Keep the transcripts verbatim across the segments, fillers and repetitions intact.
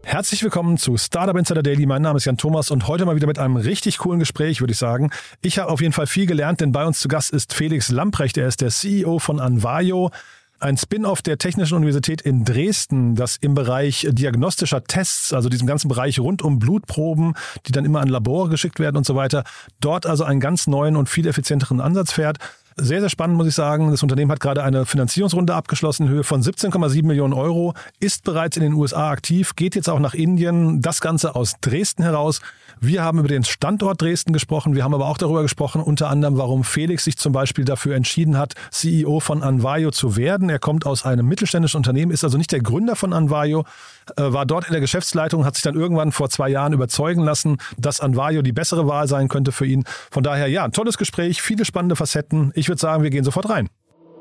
Herzlich willkommen zu Startup Insider Daily. Mein Name ist Jan Thomas und heute mal wieder mit einem richtig coolen Gespräch, würde ich sagen. Ich habe auf jeden Fall viel gelernt, denn bei uns zu Gast ist Felix Lamprecht. Er ist der C E O von Anvayo, ein Spin-off der Technischen Universität in Dresden, das im Bereich diagnostischer Tests, also diesem ganzen Bereich rund um Blutproben, die dann immer an Labore geschickt werden und so weiter, dort also einen ganz neuen und viel effizienteren Ansatz fährt. Sehr, sehr spannend, muss ich sagen. Das Unternehmen hat gerade eine Finanzierungsrunde abgeschlossen in Höhe von siebzehn Komma sieben Millionen Euro, ist bereits in den U S A aktiv, geht jetzt auch nach Indien, das Ganze aus Dresden heraus. Wir haben über den Standort Dresden gesprochen, wir haben aber auch darüber gesprochen, unter anderem, warum Felix sich zum Beispiel dafür entschieden hat, C E O von Anvayo zu werden. Er kommt aus einem mittelständischen Unternehmen, ist also nicht der Gründer von Anvayo, war dort in der Geschäftsleitung, hat sich dann irgendwann vor zwei Jahren überzeugen lassen, dass Anvayo die bessere Wahl sein könnte für ihn. Von daher, ja, ein tolles Gespräch, viele spannende Facetten. Ich würde sagen, wir gehen sofort rein.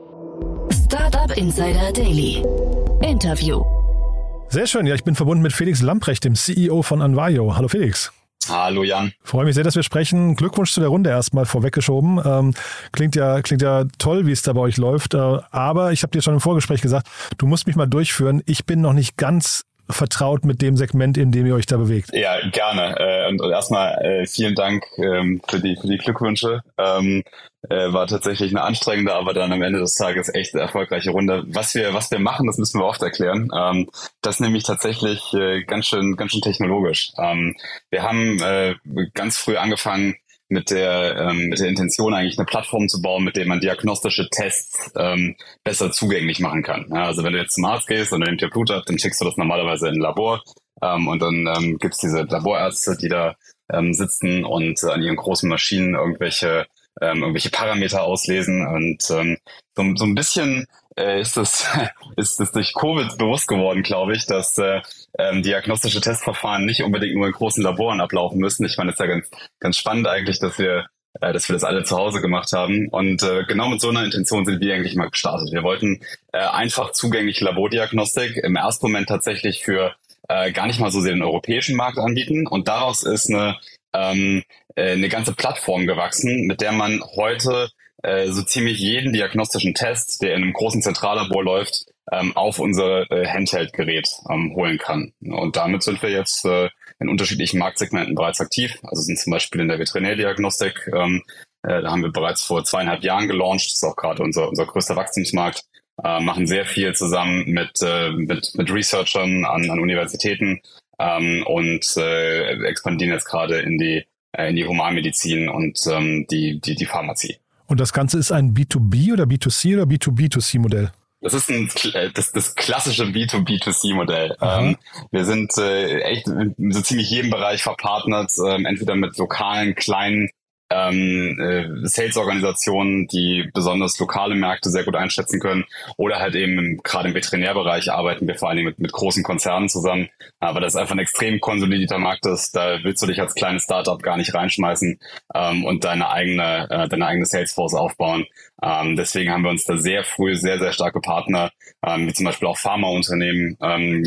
Startup Insider Daily. Interview. Sehr schön. Ja, ich bin verbunden mit Felix Lamprecht, dem C E O von Anvayo. Hallo Felix. Hallo Jan. Freue mich sehr, dass wir sprechen. Glückwunsch zu der Runde erstmal vorweggeschoben. Ähm, klingt ja klingt ja toll, wie es da bei euch läuft. Äh, aber ich habe dir schon im Vorgespräch gesagt, du musst mich mal durchführen. Ich bin noch nicht ganz vertraut mit dem Segment, in dem ihr euch da bewegt. Ja, gerne. Äh, und erstmal äh, vielen Dank ähm, für die für die Glückwünsche. Ähm, äh, war tatsächlich eine anstrengende, aber dann am Ende des Tages echt eine erfolgreiche Runde. Was wir was wir machen, das müssen wir oft erklären. Ähm, das ist nämlich tatsächlich äh, ganz schön ganz schön technologisch. Ähm, wir haben äh, ganz früh angefangen, mit der ähm, mit der Intention eigentlich eine Plattform zu bauen, mit der man diagnostische Tests ähm, besser zugänglich machen kann. Ja, also wenn du jetzt zum Arzt gehst und er nimmt dir Blut ab, dann schickst du das normalerweise in ein Labor ähm, und dann ähm, gibt's diese Laborärzte, die da ähm, sitzen und äh, an ihren großen Maschinen irgendwelche ähm, irgendwelche Parameter auslesen und ähm, so, so ein bisschen äh, ist das ist das durch Covid bewusst geworden, glaube ich, dass äh, ähm, diagnostische Testverfahren nicht unbedingt nur in großen Laboren ablaufen müssen. Ich fand es ja ganz ganz spannend eigentlich, dass wir äh, dass wir das alle zu Hause gemacht haben und äh, genau mit so einer Intention sind wir eigentlich mal gestartet. Wir wollten äh, einfach zugängliche Labordiagnostik im ersten Moment tatsächlich für äh, gar nicht mal so sehr den europäischen Markt anbieten und daraus ist eine ähm, äh, eine ganze Plattform gewachsen, mit der man heute äh, so ziemlich jeden diagnostischen Test, der in einem großen Zentrallabor läuft, ähm, auf unser äh, Handheld-Gerät ähm, holen kann. Und damit sind wir jetzt äh, in unterschiedlichen Marktsegmenten bereits aktiv. Also sind zum Beispiel in der Veterinärdiagnostik, ähm, äh, da haben wir bereits vor zweieinhalb Jahren gelauncht. Das ist auch gerade unser, unser größter Wachstumsmarkt. Äh, machen sehr viel zusammen mit, äh, mit, mit Researchern an, an Universitäten ähm, und äh, expandieren jetzt gerade in die, äh, in die Humanmedizin und ähm, die, die, die Pharmazie. Und das Ganze ist ein B zwei B oder B zwei C oder B zwei B zwei C Modell? Das ist ein, das, das klassische B zwei B zwei C Modell. Ähm, wir sind äh, echt in so ziemlich jedem Bereich verpartnert, ähm, entweder mit lokalen, kleinen ähm, äh, Sales-Organisationen, die besonders lokale Märkte sehr gut einschätzen können, oder halt eben im, gerade im Veterinärbereich arbeiten wir vor allen Dingen mit, mit großen Konzernen zusammen. Aber das ist einfach ein extrem konsolidierter Markt ist, da willst du dich als kleines Startup gar nicht reinschmeißen ähm, und deine eigene äh, deine eigene Salesforce aufbauen. Ähm, deswegen haben wir uns da sehr früh sehr, sehr starke Partner, ähm, wie zum Beispiel auch Pharmaunternehmen, ähm,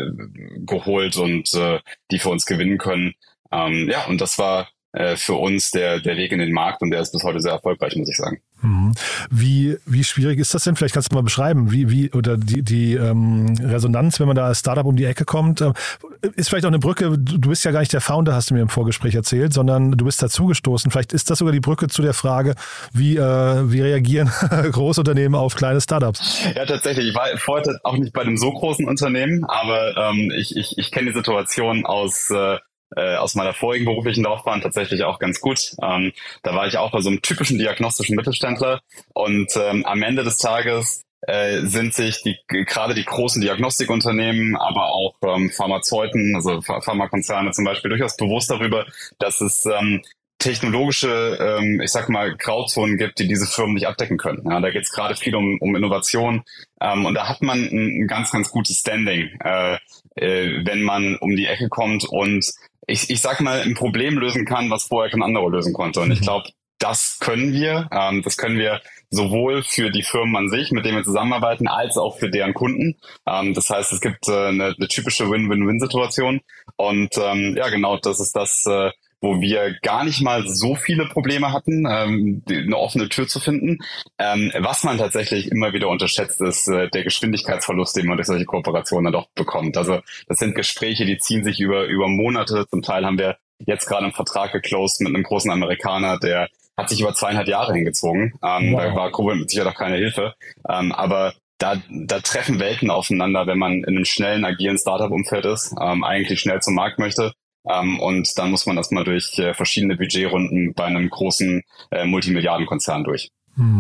äh, geholt und äh, die für uns gewinnen können. Ähm, ja, und das war äh, für uns der der Weg in den Markt und der ist bis heute sehr erfolgreich, muss ich sagen. Wie wie schwierig ist das denn? Vielleicht kannst du mal beschreiben, wie wie oder die die ähm, Resonanz, wenn man da als Startup um die Ecke kommt, äh, ist vielleicht auch eine Brücke. Du bist ja gar nicht der Founder, hast du mir im Vorgespräch erzählt, sondern du bist dazugestoßen. Vielleicht ist das sogar die Brücke zu der Frage, wie äh, wie reagieren Großunternehmen auf kleine Startups? Ja, tatsächlich. Ich war vorher auch nicht bei einem so großen Unternehmen, aber ähm, ich ich ich kenne die Situation aus äh, Äh, aus meiner vorigen beruflichen Laufbahn tatsächlich auch ganz gut. Ähm, da war ich auch bei so einem typischen diagnostischen Mittelständler und ähm, am Ende des Tages äh, sind sich die gerade die großen Diagnostikunternehmen, aber auch ähm, Pharmazeuten, also Ph- Pharmakonzerne zum Beispiel, durchaus bewusst darüber, dass es ähm, technologische, ähm, ich sag mal, Grauzonen gibt, die diese Firmen nicht abdecken können. Ja, da geht es gerade viel um, um Innovation ähm, und da hat man ein, ein ganz, ganz gutes Standing, äh, äh, wenn man um die Ecke kommt und ich, ich sag mal, ein Problem lösen kann, was vorher kein anderer lösen konnte. Und ich glaube, das können wir. Ähm, das können wir sowohl für die Firmen an sich, mit denen wir zusammenarbeiten, als auch für deren Kunden. Ähm, das heißt, es gibt äh, eine, eine typische Win-Win-Win-Situation. Und ähm, ja, genau, das ist das, äh, wo wir gar nicht mal so viele Probleme hatten, ähm, die, eine offene Tür zu finden. Ähm, was man tatsächlich immer wieder unterschätzt, ist äh, der Geschwindigkeitsverlust, den man durch solche Kooperationen dann doch bekommt. Also das sind Gespräche, die ziehen sich über über Monate. Zum Teil haben wir jetzt gerade einen Vertrag geclosed mit einem großen Amerikaner, der hat sich über zweieinhalb Jahre hingezogen. Ähm, wow. Da war Covid mit Sicherheit auch keine Hilfe. Ähm, aber da, da treffen Welten aufeinander, wenn man in einem schnellen, agilen Startup-Umfeld ist, ähm, eigentlich schnell zum Markt möchte. Ähm, und dann muss man erstmal durch äh, verschiedene Budgetrunden bei einem großen äh, Multimilliardenkonzern durch.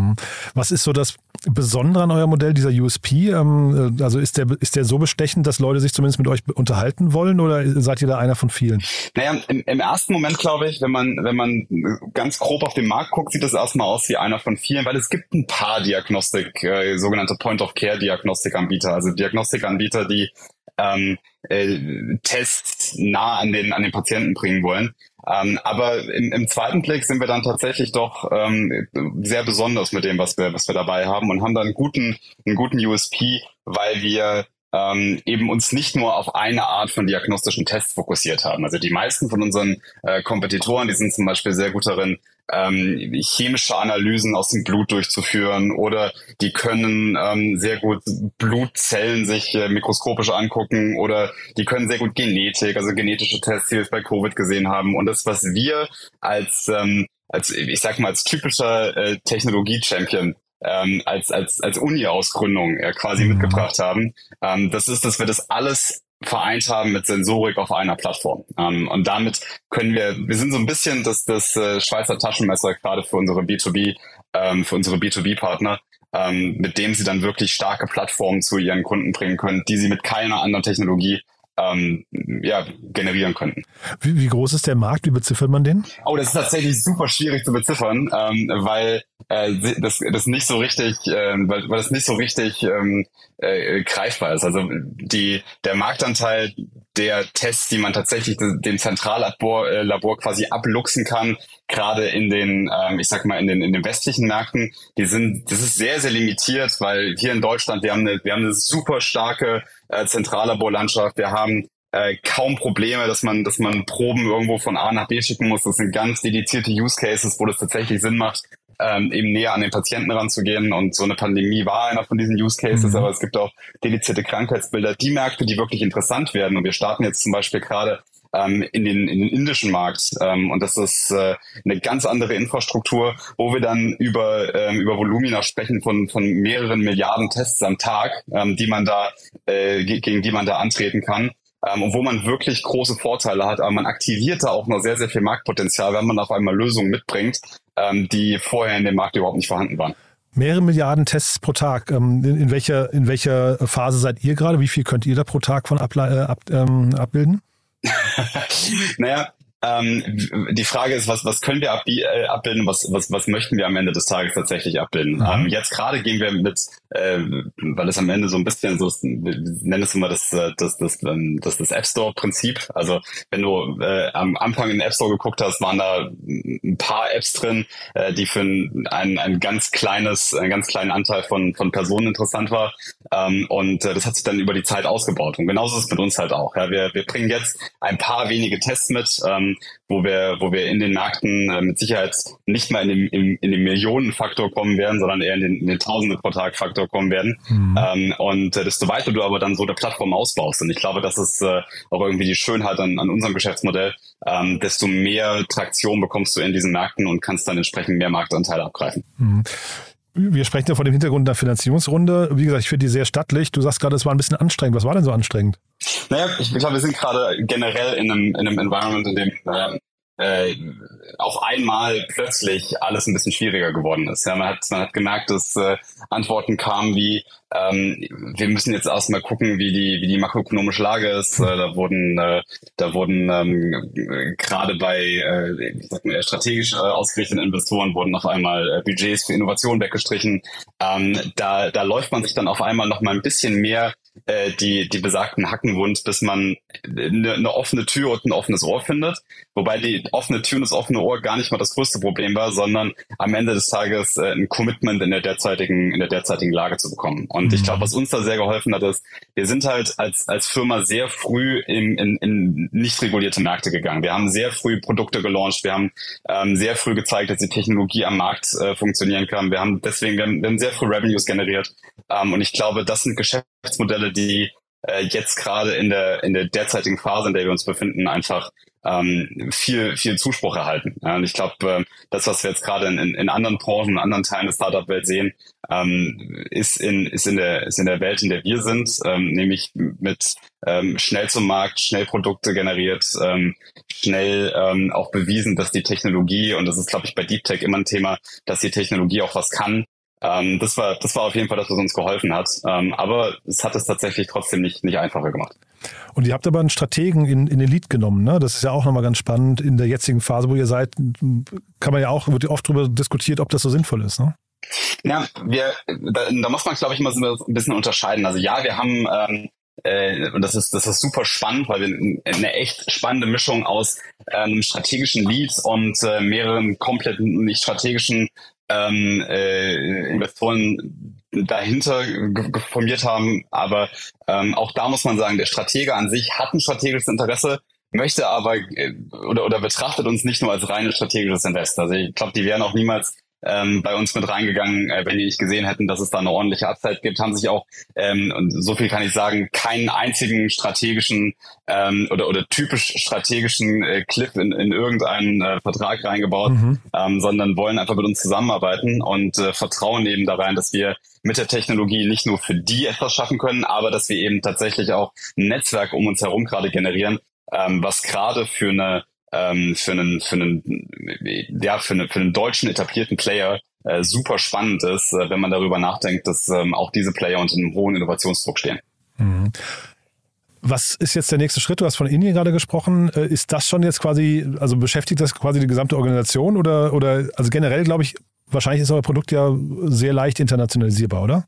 Was ist so das Besondere an eurem Modell, dieser U S P? Also ist der, ist der so bestechend, dass Leute sich zumindest mit euch unterhalten wollen, oder seid ihr da einer von vielen? Naja, im, im ersten Moment, glaube ich, wenn man, wenn man ganz grob auf den Markt guckt, sieht das erstmal aus wie einer von vielen, weil es gibt ein paar Diagnostik, äh, sogenannte Point-of-Care-Diagnostikanbieter, also Diagnostikanbieter, die ähm, äh, Tests nah an den, an den Patienten bringen wollen. Ähm, aber im, im zweiten Blick sind wir dann tatsächlich doch ähm, sehr besonders mit dem, was wir, was wir dabei haben, und haben dann einen guten, einen guten U S P, weil wir ähm, eben uns nicht nur auf eine Art von diagnostischen Tests fokussiert haben. Also die meisten von unseren äh, Kompetitoren, die sind zum Beispiel sehr gut darin, ähm, chemische Analysen aus dem Blut durchzuführen, oder die können ähm, sehr gut Blutzellen sich äh, mikroskopisch angucken, oder die können sehr gut Genetik, also genetische Tests, die wir bei Covid gesehen haben. Und das, was wir als, ähm, als ich sag mal, als typischer äh, Technologie-Champion ähm, als als als Uni-Ausgründung äh, quasi mhm. mitgebracht haben, ähm, das ist, dass wir das alles vereint haben mit Sensorik auf einer Plattform. Ähm, und damit können wir, wir sind so ein bisschen das, das äh, Schweizer Taschenmesser gerade für unsere B zwei B, ähm, für unsere B zwei B-Partner, ähm, mit dem sie dann wirklich starke Plattformen zu ihren Kunden bringen können, die sie mit keiner anderen Technologie ähm, ja, generieren könnten. Wie, wie groß ist der Markt? Wie beziffert man den? Oh, das ist tatsächlich super schwierig zu beziffern, ähm, weil äh, das, das nicht so richtig, äh, weil, weil das nicht so richtig ähm, äh, greifbar ist. Also die der Marktanteil der Tests, die man tatsächlich dem Zentrallabor äh, Labor quasi abluchsen kann, gerade in den, ähm, ich sag mal, in den in den westlichen Märkten, die sind, das ist sehr sehr limitiert, weil hier in Deutschland wir haben eine wir haben eine super starke äh, Zentrallaborlandschaft. Wir haben äh, kaum Probleme, dass man dass man Proben irgendwo von A nach B schicken muss. Das sind ganz dedizierte Use Cases, wo das tatsächlich Sinn macht, ähm, eben näher an den Patienten ranzugehen. Und so eine Pandemie war einer von diesen Use Cases, mhm. aber es gibt auch dedizierte Krankheitsbilder. Die Märkte, die wirklich interessant werden. Und wir starten jetzt zum Beispiel gerade ähm, in den in den indischen Markt. Ähm, und das ist äh, eine ganz andere Infrastruktur, wo wir dann über ähm, über Volumina sprechen von von mehreren Milliarden Tests am Tag, ähm, die man da äh, gegen die man da antreten kann. Ähm, und wo man wirklich große Vorteile hat, aber man aktiviert da auch noch sehr, sehr viel Marktpotenzial, wenn man auf einmal Lösungen mitbringt, ähm, die vorher in dem Markt überhaupt nicht vorhanden waren. Mehrere Milliarden Tests pro Tag. Ähm, in, in, welcher, in welcher Phase seid ihr gerade? Wie viel könnt ihr da pro Tag von able- äh, ab, ähm, abbilden? Naja, ähm, die Frage ist, was, was können wir ab, äh, abbilden, was, was, was möchten wir am Ende des Tages tatsächlich abbilden? Mhm. Ähm, jetzt gerade gehen wir mit, äh, weil es am Ende so ein bisschen so ist, wir nennen es immer das, das, das, das, das App Store Prinzip. Also wenn du äh, am Anfang in den App Store geguckt hast, waren da ein paar Apps drin, äh, die für ein, ein, ein ganz kleines, einen ganz kleinen Anteil von, von Personen interessant war. Ähm, und äh, das hat sich dann über die Zeit ausgebaut. Und genauso ist es mit uns halt auch. Ja. Wir, wir bringen jetzt ein paar wenige Tests mit, ähm, wo wir, wo wir in den Märkten äh, mit Sicherheit nicht mal in den, in, in den Millionenfaktor kommen werden, sondern eher in den, in den Tausende pro Tag Faktor kommen werden. Mhm. Ähm, und äh, desto weiter du aber dann so eine Plattform ausbaust, und ich glaube, das ist äh, auch irgendwie die Schönheit an, an unserem Geschäftsmodell, ähm, desto mehr Traktion bekommst du in diesen Märkten und kannst dann entsprechend mehr Marktanteile abgreifen. Mhm. Wir sprechen ja vor dem Hintergrund der Finanzierungsrunde. Wie gesagt, ich finde die sehr stattlich. Du sagst gerade, es war ein bisschen anstrengend. Was war denn so anstrengend? Naja, ich glaube, wir sind gerade generell in einem, in einem Environment, in dem äh, äh, auf einmal plötzlich alles ein bisschen schwieriger geworden ist. Ja, man hat, man hat gemerkt, dass äh, Antworten kamen wie, ähm, wir müssen jetzt erstmal gucken, wie die, wie die makroökonomische Lage ist. Äh, da wurden, äh, da wurden ähm, gerade bei äh, ich sag mal, eher strategisch äh, ausgerichteten Investoren wurden auf einmal äh, Budgets für Innovation weggestrichen. Ähm, da, da läuft man sich dann auf einmal noch mal ein bisschen mehr äh, die die besagten Hackenwund, bis man eine, eine offene Tür und ein offenes Ohr findet. Wobei die offene Tür und das offene Ohr gar nicht mal das größte Problem war, sondern am Ende des Tages äh, ein Commitment in der derzeitigen in der derzeitigen Lage zu bekommen. Und mhm. ich glaube, was uns da sehr geholfen hat, ist, wir sind halt als als Firma sehr früh in, in, in nicht regulierte Märkte gegangen. Wir haben sehr früh Produkte gelauncht. Wir haben ähm, sehr früh gezeigt, dass die Technologie am Markt äh, funktionieren kann. Wir haben deswegen wir haben, wir haben sehr früh Revenues generiert. Ähm, und ich glaube, das sind Geschäftsmodelle, die äh, jetzt gerade in der in der derzeitigen Phase, in der wir uns befinden, einfach ähm, viel viel Zuspruch erhalten. Ja, und ich glaube, äh, das, was wir jetzt gerade in, in, in anderen Branchen, in anderen Teilen der Startup-Welt sehen, ähm, ist in ist in der ist in der Welt, in der wir sind, ähm, nämlich mit ähm, schnell zum Markt, schnell Produkte generiert, ähm, schnell ähm, auch bewiesen, dass die Technologie, und das ist, glaube ich, bei Deep Tech immer ein Thema, dass die Technologie auch was kann. Ähm, das war das war auf jeden Fall das, was uns geholfen hat. Ähm, aber es hat es tatsächlich trotzdem nicht nicht einfacher gemacht. Und ihr habt aber einen Strategen in, in den Lead genommen, ne? Das ist ja auch nochmal ganz spannend. In der jetzigen Phase, wo ihr seid, kann man ja auch, wird oft darüber diskutiert, ob das so sinnvoll ist, ne? Ja, wir, da, da muss man, glaube ich, mal so ein bisschen unterscheiden. Also ja, wir haben, ähm, äh, und das ist, das ist super spannend, weil wir eine echt spannende Mischung aus ähm, strategischen Leads und äh, mehreren komplett nicht strategischen ähm, äh, Investoren dahinter ge- geformiert haben. Aber ähm, auch da muss man sagen, der Stratege an sich hat ein strategisches Interesse, möchte aber äh, oder, oder betrachtet uns nicht nur als reines strategisches Investor. Also ich glaube, die wären auch niemals ähm, bei uns mit reingegangen, äh, wenn die nicht gesehen hätten, dass es da eine ordentliche Upside gibt, haben sich auch, ähm, und so viel kann ich sagen, keinen einzigen strategischen ähm, oder oder typisch strategischen äh, Cliff in, in irgendeinen äh, Vertrag reingebaut, mhm. ähm, sondern wollen einfach mit uns zusammenarbeiten und äh, vertrauen eben da rein, dass wir mit der Technologie nicht nur für die etwas schaffen können, aber dass wir eben tatsächlich auch ein Netzwerk um uns herum gerade generieren, ähm, was gerade für eine ähm, für einen für einen ja für, eine, für einen deutschen etablierten Player äh, super spannend ist, äh, wenn man darüber nachdenkt, dass ähm, auch diese Player unter einem hohen Innovationsdruck stehen. Mhm. Was ist jetzt der nächste Schritt? Du hast von Indien gerade gesprochen. Ist das schon jetzt quasi, also beschäftigt das quasi die gesamte Organisation oder oder also generell, glaube ich, wahrscheinlich ist euer Produkt ja sehr leicht internationalisierbar, oder?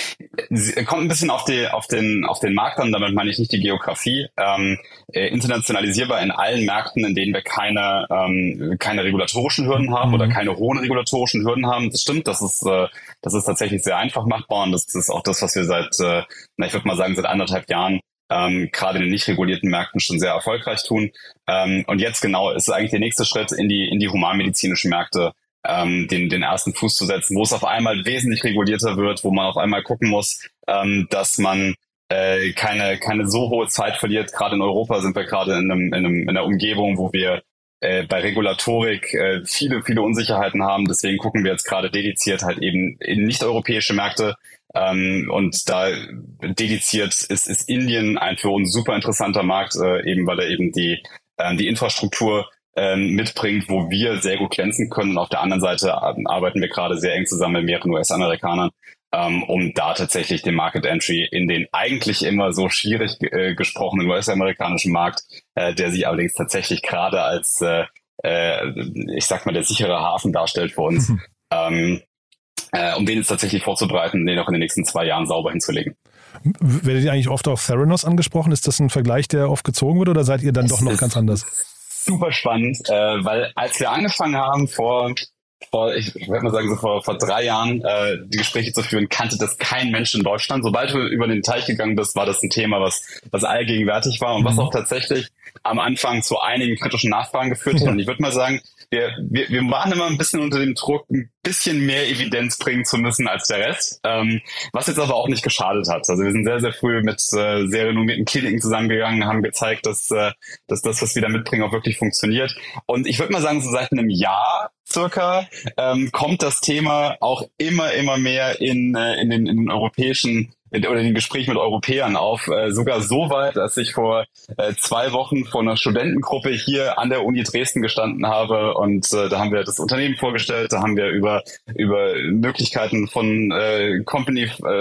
Kommt ein bisschen auf, die, auf, den, auf den Markt an, damit meine ich nicht die Geografie. Ähm, äh, internationalisierbar in allen Märkten, in denen wir keine, ähm, keine regulatorischen Hürden haben mhm. oder keine hohen regulatorischen Hürden haben. Das stimmt, das ist, äh, das ist tatsächlich sehr einfach machbar und das ist auch das, was wir seit, äh, na, ich würde mal sagen, seit anderthalb Jahren ähm, gerade in den nicht regulierten Märkten schon sehr erfolgreich tun. Ähm, und jetzt genau ist eigentlich der nächste Schritt in die, in die humanmedizinischen Märkte, ähm, den, den ersten Fuß zu setzen, wo es auf einmal wesentlich regulierter wird, wo man auf einmal gucken muss, ähm, dass man äh, keine, keine so hohe Zeit verliert. Gerade in Europa sind wir gerade in, einem, in, einem, in einer Umgebung, wo wir äh, bei Regulatorik äh, viele, viele Unsicherheiten haben. Deswegen gucken wir jetzt gerade dediziert halt eben in nicht-europäische Märkte. Ähm, und da dediziert ist, ist Indien ein für uns super interessanter Markt, äh, eben weil er eben die, äh, die Infrastruktur ähm, mitbringt, wo wir sehr gut glänzen können. Und auf der anderen Seite arbeiten wir gerade sehr eng zusammen mit mehreren U S-Amerikanern, ähm, um da tatsächlich den Market Entry in den eigentlich immer so schwierig äh, gesprochenen U S-amerikanischen Markt, äh, der sich allerdings tatsächlich gerade als, äh, äh, ich sag mal, der sichere Hafen darstellt für uns, mhm. ähm, äh, um den jetzt tatsächlich vorzubereiten, den auch in den nächsten zwei Jahren sauber hinzulegen. Werdet ihr eigentlich oft auf Theranos angesprochen? Ist das ein Vergleich, der oft gezogen wird oder seid ihr dann es doch noch ganz anders? Super spannend, äh, weil als wir angefangen haben vor, vor ich, ich würde mal sagen so vor, vor drei Jahren äh, die Gespräche zu führen, kannte das kein Mensch in Deutschland. Sobald du über den Teich gegangen bist, war das ein Thema, was, was allgegenwärtig war und mhm. was auch tatsächlich am Anfang zu einigen kritischen Nachfragen geführt hat. Und ich würde mal sagen, wir, wir, wir waren immer ein bisschen unter dem Druck, ein bisschen mehr Evidenz bringen zu müssen als der Rest, ähm, was jetzt aber auch nicht geschadet hat. Also wir sind sehr, sehr früh mit äh, sehr renommierten Kliniken zusammengegangen, haben gezeigt, dass, äh, dass das, was wir da mitbringen, auch wirklich funktioniert. Und ich würde mal sagen, so seit einem Jahr circa ähm, kommt das Thema auch immer, immer mehr in, äh, in, den, in den europäischen oder in den Gesprächen mit Europäern auf, äh, sogar so weit, dass ich vor äh, zwei Wochen vor einer Studentengruppe hier an der Uni Dresden gestanden habe und äh, da haben wir das Unternehmen vorgestellt, da haben wir über über Möglichkeiten von äh, Company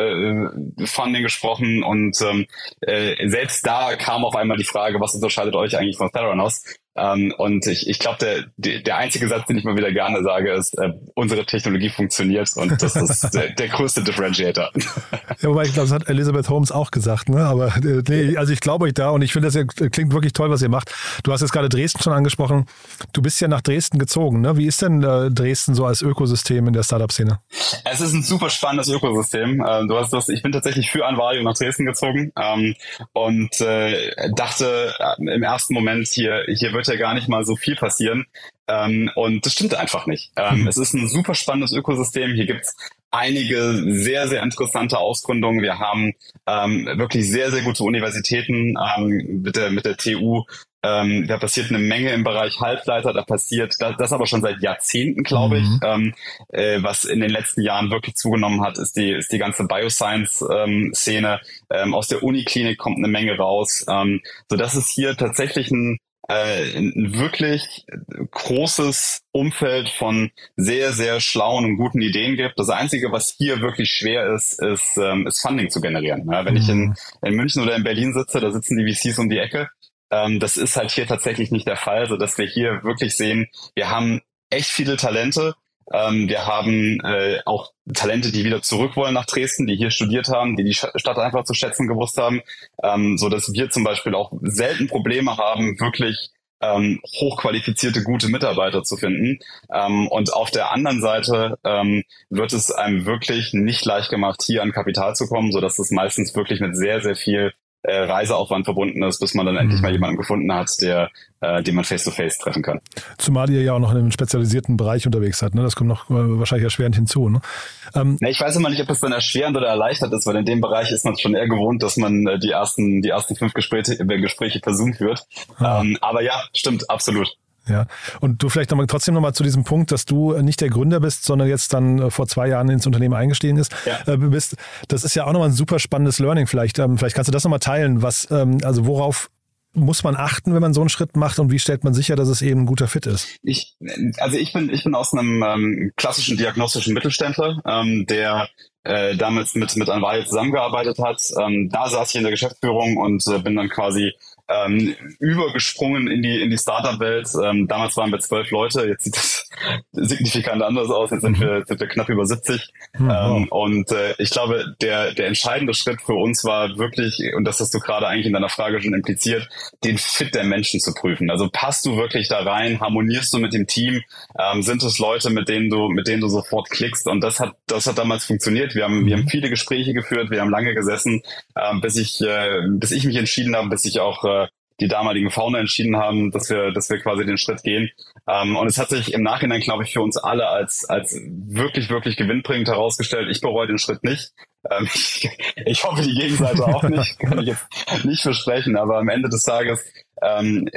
äh, Funding gesprochen und ähm, äh, selbst da kam auf einmal die Frage, was unterscheidet euch eigentlich von Theranos? Ähm, und ich, ich glaube, der, der der einzige Satz, den ich mal wieder gerne sage, ist, äh, unsere Technologie funktioniert und das ist der, der größte Differentiator. Ja, wobei ich glaube, das hat Elizabeth Holmes auch gesagt, ne? Aber äh, nee, also ich glaube euch da und ich finde, das klingt wirklich toll, was ihr macht. Du hast jetzt gerade Dresden schon angesprochen. Du bist ja nach Dresden gezogen, ne? Wie ist denn äh, Dresden so als Ökosystem in der Startup-Szene? Es ist ein super spannendes Ökosystem. Äh, du hast das, ich bin tatsächlich für Anvario nach Dresden gezogen ähm, und äh, dachte äh, im ersten Moment, hier, hier wird ja gar nicht mal so viel passieren. Ähm, und das stimmt einfach nicht. Ähm, mhm. Es ist ein super spannendes Ökosystem. Hier gibt's einige sehr, sehr interessante Ausgründungen. Wir haben ähm, wirklich sehr, sehr gute Universitäten ähm, mit der, mit der T U. Ähm, da passiert eine Menge im Bereich Halbleiter. Da passiert das, das aber schon seit Jahrzehnten, glaube ich. Mhm. Ähm, äh, was in den letzten Jahren wirklich zugenommen hat, ist die, ist die ganze Bioscience-Szene. Ähm, aus der Uniklinik kommt eine Menge raus. Ähm, so dass es hier tatsächlich ein ein wirklich großes Umfeld von sehr, sehr schlauen und guten Ideen gibt. Das Einzige, was hier wirklich schwer ist, ist, ähm, ist Funding zu generieren. Ja, wenn mhm. ich in, in München oder in Berlin sitze, da sitzen die V Cs um die Ecke. Ähm, das ist halt hier tatsächlich nicht der Fall, sodass wir hier wirklich sehen, wir haben echt viele Talente. Ähm, wir haben äh, auch Talente, die wieder zurück wollen nach Dresden, die hier studiert haben, die die Stadt einfach zu schätzen gewusst haben, ähm, so dass wir zum Beispiel auch selten Probleme haben, wirklich ähm, hochqualifizierte, gute Mitarbeiter zu finden. Ähm, und auf der anderen Seite ähm, wird es einem wirklich nicht leicht gemacht, hier an Kapital zu kommen, so dass es meistens wirklich mit sehr, sehr viel äh, Reiseaufwand verbunden ist, bis man dann endlich mal jemanden gefunden hat, der, äh, den man face-to-face treffen kann. Zumal ihr ja auch noch in einem spezialisierten Bereich unterwegs seid, ne? Das kommt noch äh, wahrscheinlich erschwerend hinzu, ne? Ähm, ja, ich weiß immer nicht, ob es dann erschwerend oder erleichtert ist, weil in dem Bereich ist man schon eher gewohnt, dass man äh, die ersten, die ersten fünf Gespräche, äh, Gespräche per Zoom führt. Ah. Ähm, aber ja, stimmt, absolut. Ja, und du vielleicht nochmal trotzdem nochmal zu diesem Punkt, dass du nicht der Gründer bist, sondern jetzt dann äh, vor zwei Jahren ins Unternehmen eingestiegen ist, ja. äh, bist. Das ist ja auch nochmal ein super spannendes Learning vielleicht. Ähm, vielleicht kannst du das nochmal teilen, was, ähm, also worauf muss man achten, wenn man so einen Schritt macht und wie stellt man sicher, dass es eben ein guter Fit ist? Ich, also ich bin, ich bin aus einem ähm, klassischen diagnostischen Mittelständler, ähm, der äh, damals mit, mit Anvario zusammengearbeitet hat. Ähm, da saß ich in der Geschäftsführung und äh, bin dann quasi ähm, übergesprungen in die in die Startup-Welt. Ähm, damals waren wir zwölf Leute, jetzt sieht das signifikant anders aus. Jetzt sind wir, sind wir knapp über siebzig. Mhm. Ähm, und äh, ich glaube, der der entscheidende Schritt für uns war wirklich, und das hast du gerade eigentlich in deiner Frage schon impliziert, den Fit der Menschen zu prüfen. Also passt du wirklich da rein? Harmonierst du mit dem Team? Ähm, sind es Leute, mit denen du mit denen du sofort klickst? Und das hat das hat damals funktioniert. Wir haben wir haben viele Gespräche geführt, wir haben lange gesessen, ähm, bis ich äh, bis ich mich entschieden habe, bis ich auch äh, die damaligen Founder entschieden haben, dass wir, dass wir quasi den Schritt gehen. Ähm, und es hat sich im Nachhinein, glaube ich, für uns alle als, als wirklich, wirklich gewinnbringend herausgestellt. Ich bereue den Schritt nicht. Ähm, ich, ich hoffe, die Gegenseite auch nicht. Kann ich jetzt nicht versprechen. Aber am Ende des Tages ähm,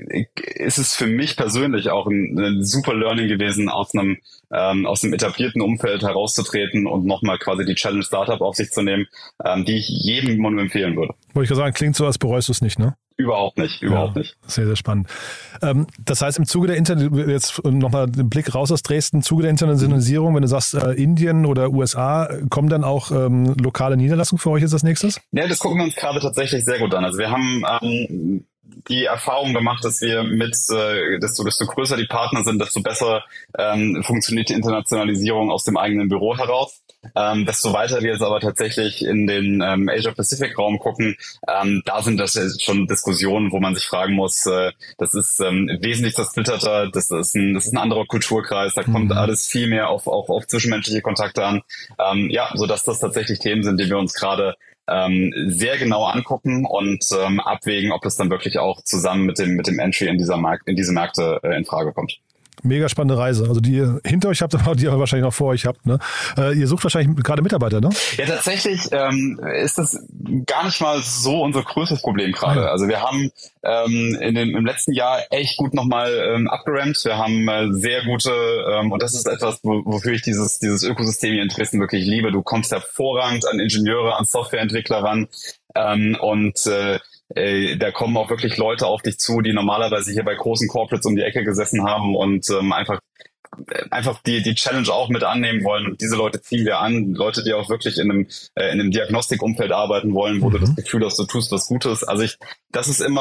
ist es für mich persönlich auch ein, ein super Learning gewesen, aus einem, ähm, aus einem etablierten Umfeld herauszutreten und nochmal quasi die Challenge Startup auf sich zu nehmen, ähm, die ich jedem nur empfehlen würde. Wollte ich gerade sagen, klingt so, als bereust du es nicht, ne? Überhaupt nicht, überhaupt ja, nicht. Sehr, sehr spannend. Ähm, das heißt, im Zuge der Internet, jetzt nochmal den Blick raus aus Dresden, im Zuge der Internationalisierung, wenn du sagst äh, Indien oder U S A, kommen dann auch ähm, lokale Niederlassungen für euch jetzt als nächstes? Ja, das gucken wir uns gerade tatsächlich sehr gut an. Also wir haben ähm, die Erfahrung gemacht, dass wir mit, äh, desto, desto größer die Partner sind, desto besser ähm, funktioniert die Internationalisierung aus dem eigenen Büro heraus. Ähm, desto weiter wir jetzt aber tatsächlich in den ähm, Asia-Pacific-Raum gucken, ähm, da sind das jetzt schon Diskussionen, wo man sich fragen muss, äh, das ist ähm, wesentlich zersplitterter, das ist ein, das ist ein anderer Kulturkreis, da kommt mhm. alles viel mehr auf, auf, auf zwischenmenschliche Kontakte an. Ähm, ja, sodass das tatsächlich Themen sind, die wir uns gerade ähm, sehr genau angucken und ähm, abwägen, ob das dann wirklich auch zusammen mit dem, mit dem Entry in dieser Markt, in diese Märkte äh, in Frage kommt. Mega spannende Reise. Also die ihr hinter euch habt, aber die ihr wahrscheinlich noch vor euch habt. Ne? Äh, ihr sucht wahrscheinlich gerade Mitarbeiter, ne? Ja, tatsächlich ähm, ist das gar nicht mal so unser größtes Problem gerade. Ja. Also wir haben ähm, in dem, im letzten Jahr echt gut nochmal ähm, abgerammt. Wir haben äh, sehr gute, ähm, und das ist etwas, wo, wofür ich dieses dieses Ökosystem hier in Dresden wirklich liebe. Du kommst hervorragend an Ingenieure, an Softwareentwickler ran ähm, und äh, Äh, da kommen auch wirklich Leute auf dich zu, die normalerweise hier bei großen Corporates um die Ecke gesessen haben und ähm, einfach einfach die die Challenge auch mit annehmen wollen. Und diese Leute ziehen wir an, Leute, die auch wirklich in einem äh, in einem Diagnostikumfeld arbeiten wollen, wo mhm. du das Gefühl hast, du tust was Gutes. Also ich, das ist immer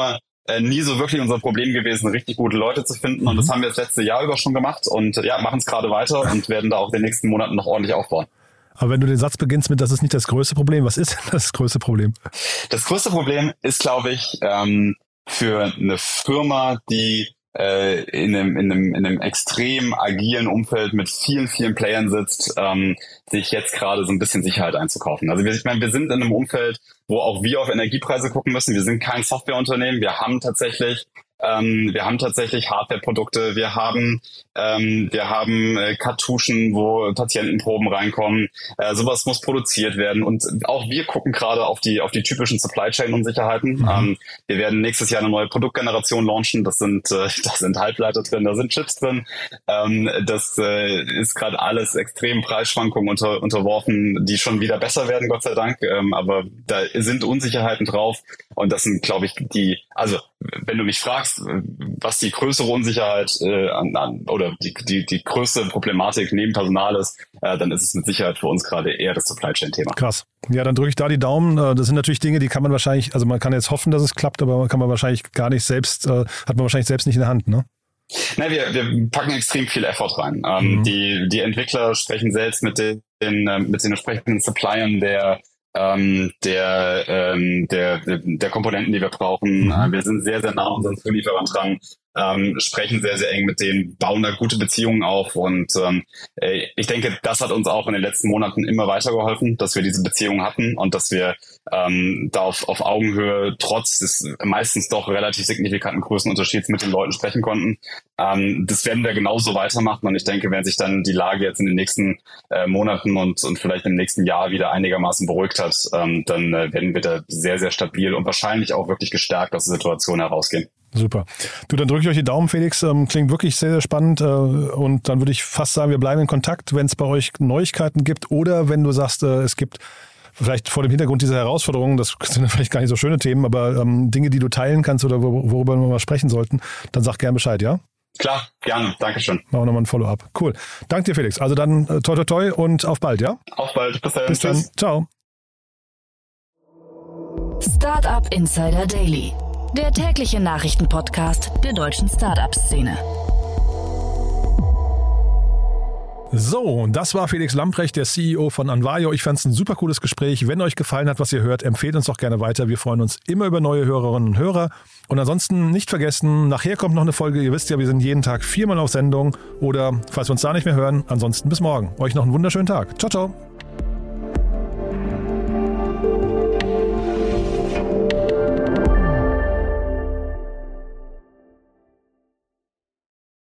äh, nie so wirklich unser Problem gewesen, richtig gute Leute zu finden. Und das haben wir das letzte Jahr über schon gemacht und ja, machen es gerade weiter und werden da auch in den nächsten Monaten noch ordentlich aufbauen. Aber wenn du den Satz beginnst mit, das ist nicht das größte Problem, was ist denn das größte Problem? Das größte Problem ist, glaube ich, ähm, für eine Firma, die äh, in, einem, in, einem, in einem extrem agilen Umfeld mit vielen, vielen Playern sitzt, ähm, sich jetzt gerade so ein bisschen Sicherheit einzukaufen. Also wir, ich meine, wir sind in einem Umfeld, wo auch wir auf Energiepreise gucken müssen. Wir sind kein Softwareunternehmen. Wir haben tatsächlich Ähm, wir haben tatsächlich Hardware-Produkte, wir haben ähm, wir haben äh, Kartuschen, wo Patientenproben reinkommen. Äh, sowas muss produziert werden und auch wir gucken gerade auf die auf die typischen Supply Chain Unsicherheiten. Mhm. Ähm, wir werden nächstes Jahr eine neue Produktgeneration launchen. Das sind äh, da sind Halbleiter drin, da sind Chips drin. Ähm, das äh, ist gerade alles extremen Preisschwankungen unter, unterworfen, die schon wieder besser werden, Gott sei Dank. Ähm, aber da sind Unsicherheiten drauf und das sind, glaube ich, die also wenn du mich fragst, was die größere Unsicherheit äh, an, an, oder die, die, die größte Problematik neben Personal ist, äh, dann ist es mit Sicherheit für uns gerade eher das Supply Chain Thema. Krass. Ja, dann drücke ich da die Daumen. Das sind natürlich Dinge, die kann man wahrscheinlich, also man kann jetzt hoffen, dass es klappt, aber man kann man wahrscheinlich gar nicht selbst, äh, hat man wahrscheinlich selbst nicht in der Hand, ne? Na, wir, wir packen extrem viel Effort rein. Ähm, mhm. Die, die Entwickler sprechen selbst mit den, mit den entsprechenden Suppliern der Ähm, der, ähm, der, der Komponenten, die wir brauchen. Mhm. Wir sind sehr, sehr nah an unseren Zulieferern dran, ähm, sprechen sehr, sehr eng mit denen, bauen da gute Beziehungen auf und ähm, ich denke, das hat uns auch in den letzten Monaten immer weitergeholfen, dass wir diese Beziehungen hatten und dass wir ähm, da auf, auf Augenhöhe trotz des meistens doch relativ signifikanten Größenunterschieds mit den Leuten sprechen konnten. Ähm, das werden wir genauso weitermachen und ich denke, wenn sich dann die Lage jetzt in den nächsten äh, Monaten und, und vielleicht im nächsten Jahr wieder einigermaßen beruhigt hat, ähm, dann äh, werden wir da sehr, sehr stabil und wahrscheinlich auch wirklich gestärkt aus der Situation herausgehen. Super. Du, dann drücke ich euch die Daumen, Felix. Ähm, klingt wirklich sehr, sehr spannend. Äh, und dann würde ich fast sagen, wir bleiben in Kontakt, wenn es bei euch Neuigkeiten gibt oder wenn du sagst, äh, es gibt vielleicht vor dem Hintergrund dieser Herausforderungen, das sind vielleicht gar nicht so schöne Themen, aber ähm, Dinge, die du teilen kannst oder wor- worüber wir mal sprechen sollten, dann sag gern Bescheid, ja? Klar, gerne. Dankeschön. Machen wir nochmal ein Follow-up. Cool. Danke dir, Felix. Also dann äh, toi toi toi und auf bald, ja? Auf bald. Bis dann. Bis dann. Tschüss. Ciao. Startup Insider Daily, der tägliche Nachrichtenpodcast der deutschen Startup-Szene. So, das war Felix Lamprecht, der C E O von Anvayo. Ich fand es ein super cooles Gespräch. Wenn euch gefallen hat, was ihr hört, empfehlt uns doch gerne weiter. Wir freuen uns immer über neue Hörerinnen und Hörer. Und ansonsten nicht vergessen, nachher kommt noch eine Folge. Ihr wisst ja, wir sind jeden Tag viermal auf Sendung. Oder falls wir uns da nicht mehr hören, ansonsten bis morgen. Euch noch einen wunderschönen Tag. Ciao, ciao.